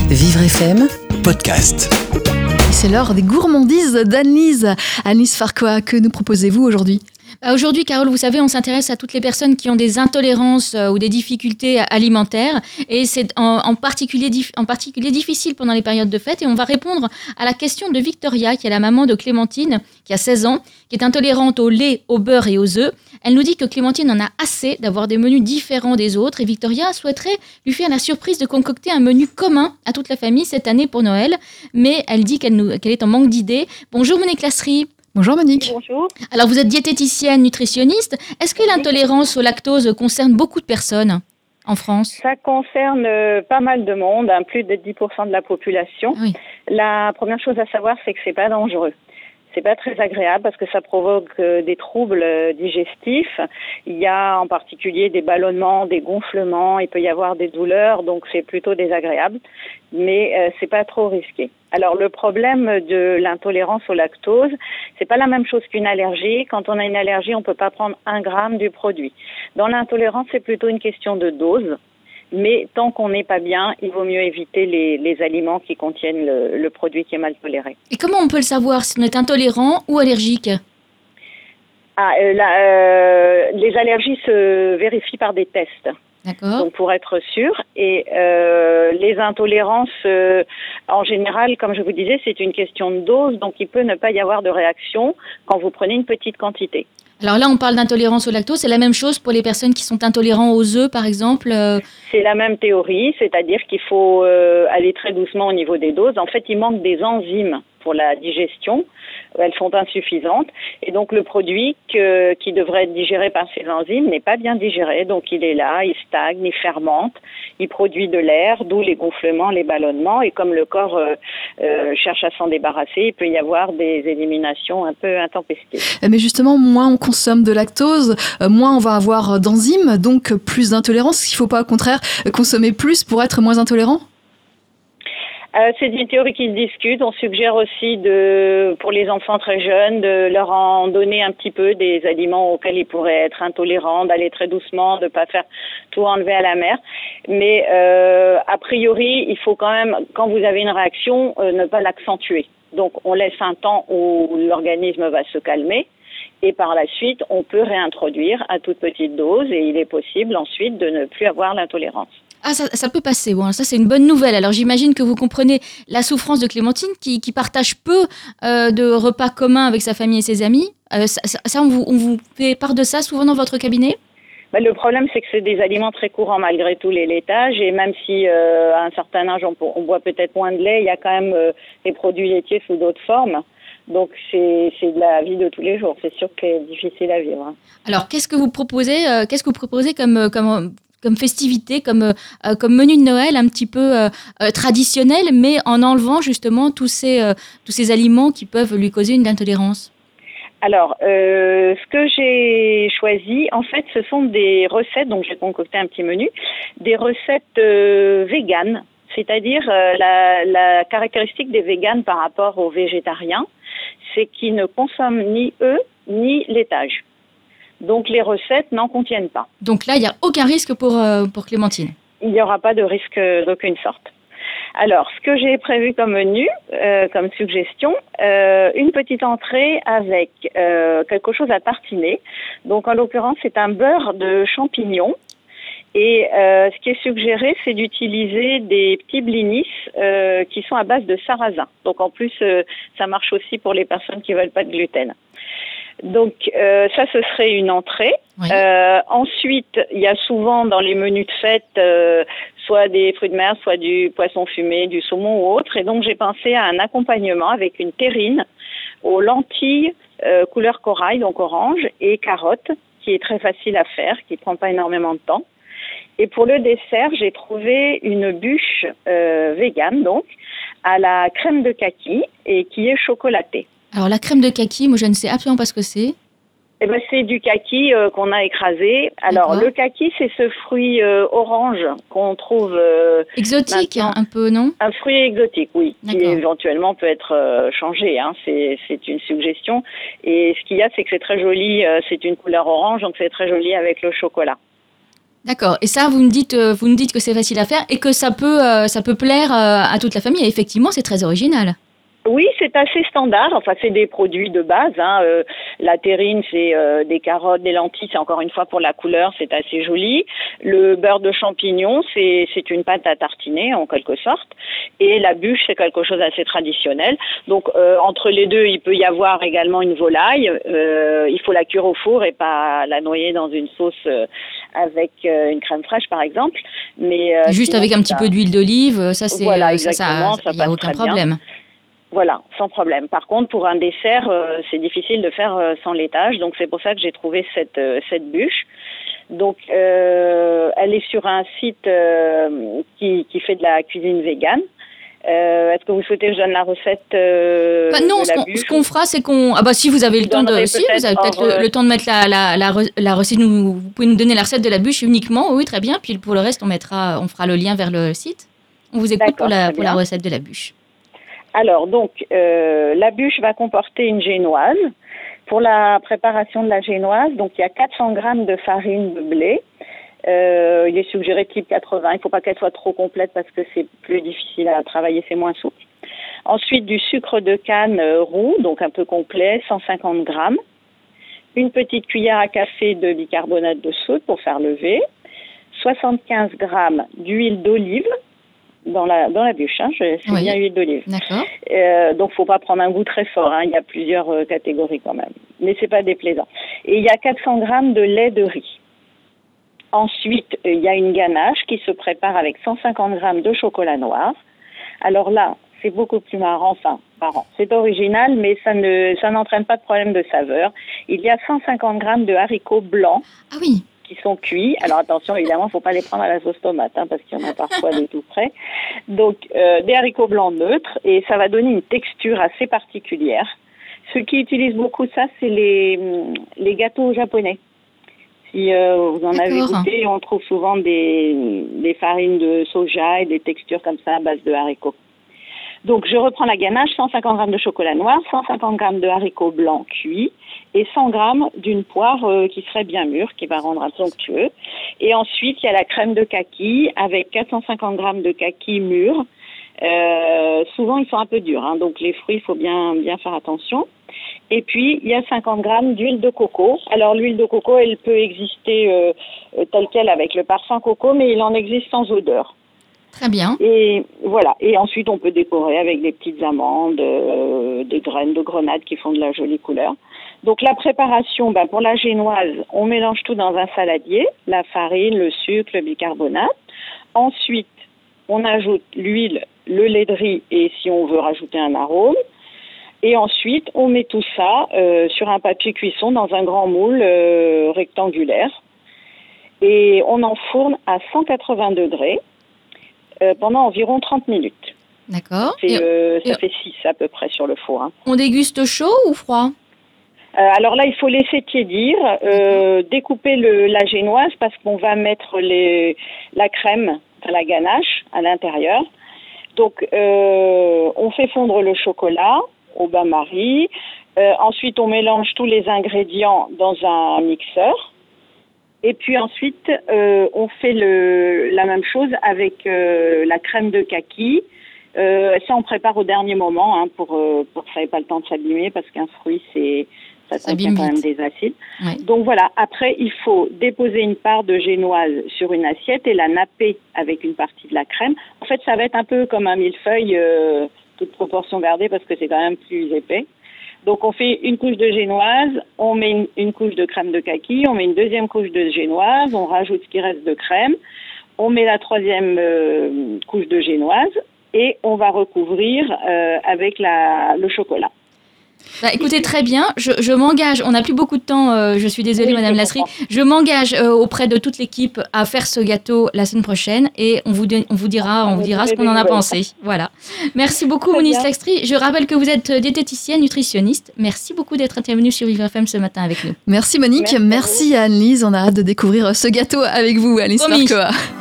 Vivre FM Podcast. Et c'est l'heure des gourmandises d'Anne-Lise. Anne-Lise Farquhar, que nous proposez-vous aujourd'hui ? Aujourd'hui, Carole, vous savez, on s'intéresse à toutes les personnes qui ont des intolérances ou des difficultés alimentaires. Et c'est en particulier difficile pendant les périodes de fête. Et on va répondre à la question de Victoria, qui est la maman de Clémentine, qui a 16 ans, qui est intolérante au lait, au beurre et aux œufs. Elle nous dit que Clémentine en a assez d'avoir des menus différents des autres. Et Victoria souhaiterait lui faire la surprise de concocter un menu commun à toute la famille cette année pour Noël. Mais elle dit qu'elle est en manque d'idées. Bonjour Monique Lasserie. Bonjour Monique. Bonjour. Alors vous êtes diététicienne, nutritionniste. Est-ce que l'intolérance au lactose concerne beaucoup de personnes en France ? Ça concerne pas mal de monde, plus de 10% de la population. Oui. La première chose à savoir, c'est que c'est pas dangereux. C'est pas très agréable parce que ça provoque des troubles digestifs. Il y a en particulier des ballonnements, des gonflements, il peut y avoir des douleurs, donc c'est plutôt désagréable, mais c'est pas trop risqué. Alors le problème de l'intolérance au lactose, c'est pas la même chose qu'une allergie. Quand on a une allergie, on peut pas prendre 1 gramme du produit. Dans l'intolérance, c'est plutôt une question de dose. Mais tant qu'on n'est pas bien, il vaut mieux éviter les aliments qui contiennent le produit qui est mal toléré. Et comment on peut le savoir si on est intolérant ou allergique ? Les allergies se vérifient par des tests. D'accord. Donc pour être sûr. Et les intolérances, en général, comme je vous disais, c'est une question de dose. Donc il peut ne pas y avoir de réaction quand vous prenez une petite quantité. Alors là, on parle d'intolérance au lactose. C'est la même chose pour les personnes qui sont intolérantes aux œufs, par exemple. C'est la même théorie, c'est-à-dire qu'il faut aller très doucement au niveau des doses. En fait, il manque des enzymes pour la digestion. Elles sont insuffisantes. Et donc, le produit qui devrait être digéré par ces enzymes n'est pas bien digéré. Donc, il est là, il stagne, il fermente, il produit de l'air, d'où les gonflements, les ballonnements. Et comme le corps cherche à s'en débarrasser, il peut y avoir des éliminations un peu intempestives. Mais justement, moins on consomme de lactose, moins on va avoir d'enzymes, donc plus d'intolérance. Est-ce qu'il ne faut pas, au contraire, consommer plus pour être moins intolérant ? C'est une théorie qui se discute. On suggère aussi pour les enfants très jeunes, de leur en donner un petit peu des aliments auxquels ils pourraient être intolérants, d'aller très doucement, de pas faire tout enlever à la mer. Mais a priori, il faut quand même, quand vous avez une réaction, ne pas l'accentuer. Donc on laisse un temps où l'organisme va se calmer. Et par la suite, on peut réintroduire à toute petite dose et il est possible ensuite de ne plus avoir l'intolérance. Ah, ça peut passer. Bon, ça, c'est une bonne nouvelle. Alors, j'imagine que vous comprenez la souffrance de Clémentine qui partage peu de repas communs avec sa famille et ses amis. On vous fait part de ça souvent dans votre cabinet ? Le problème, c'est que c'est des aliments très courants malgré tout, les laitages. Et même si à un certain âge, on boit peut-être moins de lait, il y a quand même des produits laitiers sous d'autres formes. Donc, c'est de la vie de tous les jours. C'est sûr que c'est difficile à vivre. Alors, qu'est-ce que vous proposez comme festivité, comme menu de Noël un petit peu traditionnel, mais en enlevant justement tous ces aliments qui peuvent lui causer une intolérance ? Alors, ce que j'ai choisi, en fait, ce sont des recettes, donc j'ai concocté un petit menu, des recettes véganes, c'est-à-dire la caractéristique des véganes par rapport aux végétariens, c'est qu'ils ne consomment ni œufs ni laitage. Donc les recettes n'en contiennent pas. Donc là, il n'y a aucun risque pour Clémentine. Il n'y aura pas de risque d'aucune sorte. Alors, ce que j'ai prévu comme menu, comme suggestion, une petite entrée avec quelque chose à tartiner. Donc en l'occurrence, c'est un beurre de champignons. Et ce qui est suggéré, c'est d'utiliser des petits blinis qui sont à base de sarrasin. Donc en plus, ça marche aussi pour les personnes qui veulent pas de gluten. Donc ça, ce serait une entrée. Oui. Ensuite, il y a souvent dans les menus de fête soit des fruits de mer, soit du poisson fumé, du saumon ou autre. Et donc j'ai pensé à un accompagnement avec une terrine aux lentilles couleur corail, donc orange, et carottes, qui est très facile à faire, qui prend pas énormément de temps. Et pour le dessert, j'ai trouvé une bûche végane, donc, à la crème de kaki et qui est chocolatée. Alors, la crème de kaki, moi, je ne sais absolument pas ce que c'est. Eh ben, c'est du kaki qu'on a écrasé. Alors, D'accord. le kaki, c'est ce fruit orange qu'on trouve... Exotique, un peu, non ? Un fruit exotique, oui, qui D'accord. éventuellement peut être changé. C'est une suggestion. Et ce qu'il y a, c'est que c'est très joli. C'est une couleur orange, donc c'est très joli avec le chocolat. D'accord. Et ça, vous nous dites que c'est facile à faire et que ça peut plaire à toute la famille. Et effectivement, c'est très original. Oui, c'est assez standard. Enfin, c'est des produits de base. La terrine, c'est des carottes, des lentilles. C'est encore une fois pour la couleur, c'est assez joli. Le beurre de champignon, c'est une pâte à tartiner en quelque sorte. Et la bûche, c'est quelque chose d'assez traditionnel. Donc, entre les deux, il peut y avoir également une volaille. Il faut la cuire au four et pas la noyer dans une sauce avec une crème fraîche, par exemple. Mais juste avec un petit peu d'huile d'olive, ça c'est voilà, exactement, ça, il n'y a aucun problème. Voilà, sans problème. Par contre, pour un dessert, c'est difficile de faire sans laitage, donc c'est pour ça que j'ai trouvé cette bûche. Donc, elle est sur un site qui fait de la cuisine végane. Est-ce que vous souhaitez que je donne la recette non, de la bûche? Ce qu'on fera, c'est qu'on... Ah bah si vous avez le temps de... Si, vous avez peut-être le temps de mettre la recette. Vous pouvez nous donner la recette de la bûche uniquement. Oui, très bien. Puis pour le reste, on fera le lien vers le site. On vous écoute pour la recette de la bûche. Alors, donc, la bûche va comporter une génoise. Pour la préparation de la génoise, donc il y a 400 grammes de farine de blé. Il est suggéré type 80. Il ne faut pas qu'elle soit trop complète parce que c'est plus difficile à travailler, c'est moins souple. Ensuite, du sucre de canne roux, donc un peu complet, 150 grammes. Une petite cuillère à café de bicarbonate de soude pour faire lever. 75 grammes d'huile d'olive. Dans la bûche, c'est bien huile d'olive. D'accord. Donc, faut pas prendre un goût très fort. Il y a plusieurs catégories quand même, mais c'est pas déplaisant. Et il y a 400 grammes de lait de riz. Ensuite, il y a une ganache qui se prépare avec 150 grammes de chocolat noir. Alors là, c'est beaucoup plus marrant. C'est original, mais ça n'entraîne pas de problème de saveur. Il y a 150 grammes de haricots blancs. Ah oui. Qui sont cuits. Alors attention, évidemment, il ne faut pas les prendre à la sauce tomate, parce qu'il y en a parfois de tout près. Donc, des haricots blancs neutres, et ça va donner une texture assez particulière. Ceux qui utilisent beaucoup ça, c'est les gâteaux japonais. Si vous en avez goûté, on trouve souvent des farines de soja et des textures comme ça à base de haricots. Donc, je reprends la ganache, 150 grammes de chocolat noir, 150 grammes de haricots blancs cuits et 100 grammes d'une poire qui serait bien mûre, qui va rendre somptueux. Et ensuite, il y a la crème de kaki avec 450 grammes de kaki mûr. Souvent, ils sont un peu durs, donc les fruits, il faut bien faire attention. Et puis, il y a 50 grammes d'huile de coco. Alors, l'huile de coco, elle peut exister telle qu'elle avec le parfum coco, mais il en existe sans odeur. Très bien. Et voilà. Et ensuite, on peut décorer avec des petites amandes, des graines de grenade qui font de la jolie couleur. Donc, la préparation, pour la génoise, on mélange tout dans un saladier, la farine, le sucre, le bicarbonate. Ensuite, on ajoute l'huile, le lait de riz et si on veut rajouter un arôme. Et ensuite, on met tout ça sur un papier cuisson dans un grand moule rectangulaire. Et on enfourne à 180 degrés. Pendant environ 30 minutes. D'accord. Ça fait 6 à peu près sur le four. On déguste chaud ou froid? Alors là, il faut laisser tiédir, découper la génoise parce qu'on va mettre la crème, la ganache à l'intérieur. Donc, on fait fondre le chocolat au bain-marie. Ensuite, on mélange tous les ingrédients dans un mixeur. Et puis ensuite, on fait la même chose avec la crème de kaki. Ça, on prépare au dernier moment pour que ça n'ait pas le temps de s'abîmer parce qu'un fruit, ça contient quand même des acides. Ouais. Donc voilà, après, il faut déposer une part de génoise sur une assiette et la napper avec une partie de la crème. En fait, ça va être un peu comme un millefeuille, toute proportion gardée parce que c'est quand même plus épais. Donc, on fait une couche de génoise, on met une couche de crème de kaki, on met une deuxième couche de génoise, on rajoute ce qui reste de crème, on met la troisième couche de génoise et on va recouvrir avec le chocolat. Écoutez, très bien, je m'engage, on n'a plus beaucoup de temps, je suis désolée Madame Lasserie, je m'engage auprès de toute l'équipe à faire ce gâteau la semaine prochaine et on vous dira ce qu'on en a pensé. Voilà. Merci beaucoup Monique Lasserie. Je rappelle que vous êtes diététicienne, nutritionniste. Merci beaucoup d'être intervenue sur Vivre FM ce matin avec nous. Merci Monique, merci à Anne-Lise, on a hâte de découvrir ce gâteau avec vous Alice Marcoa.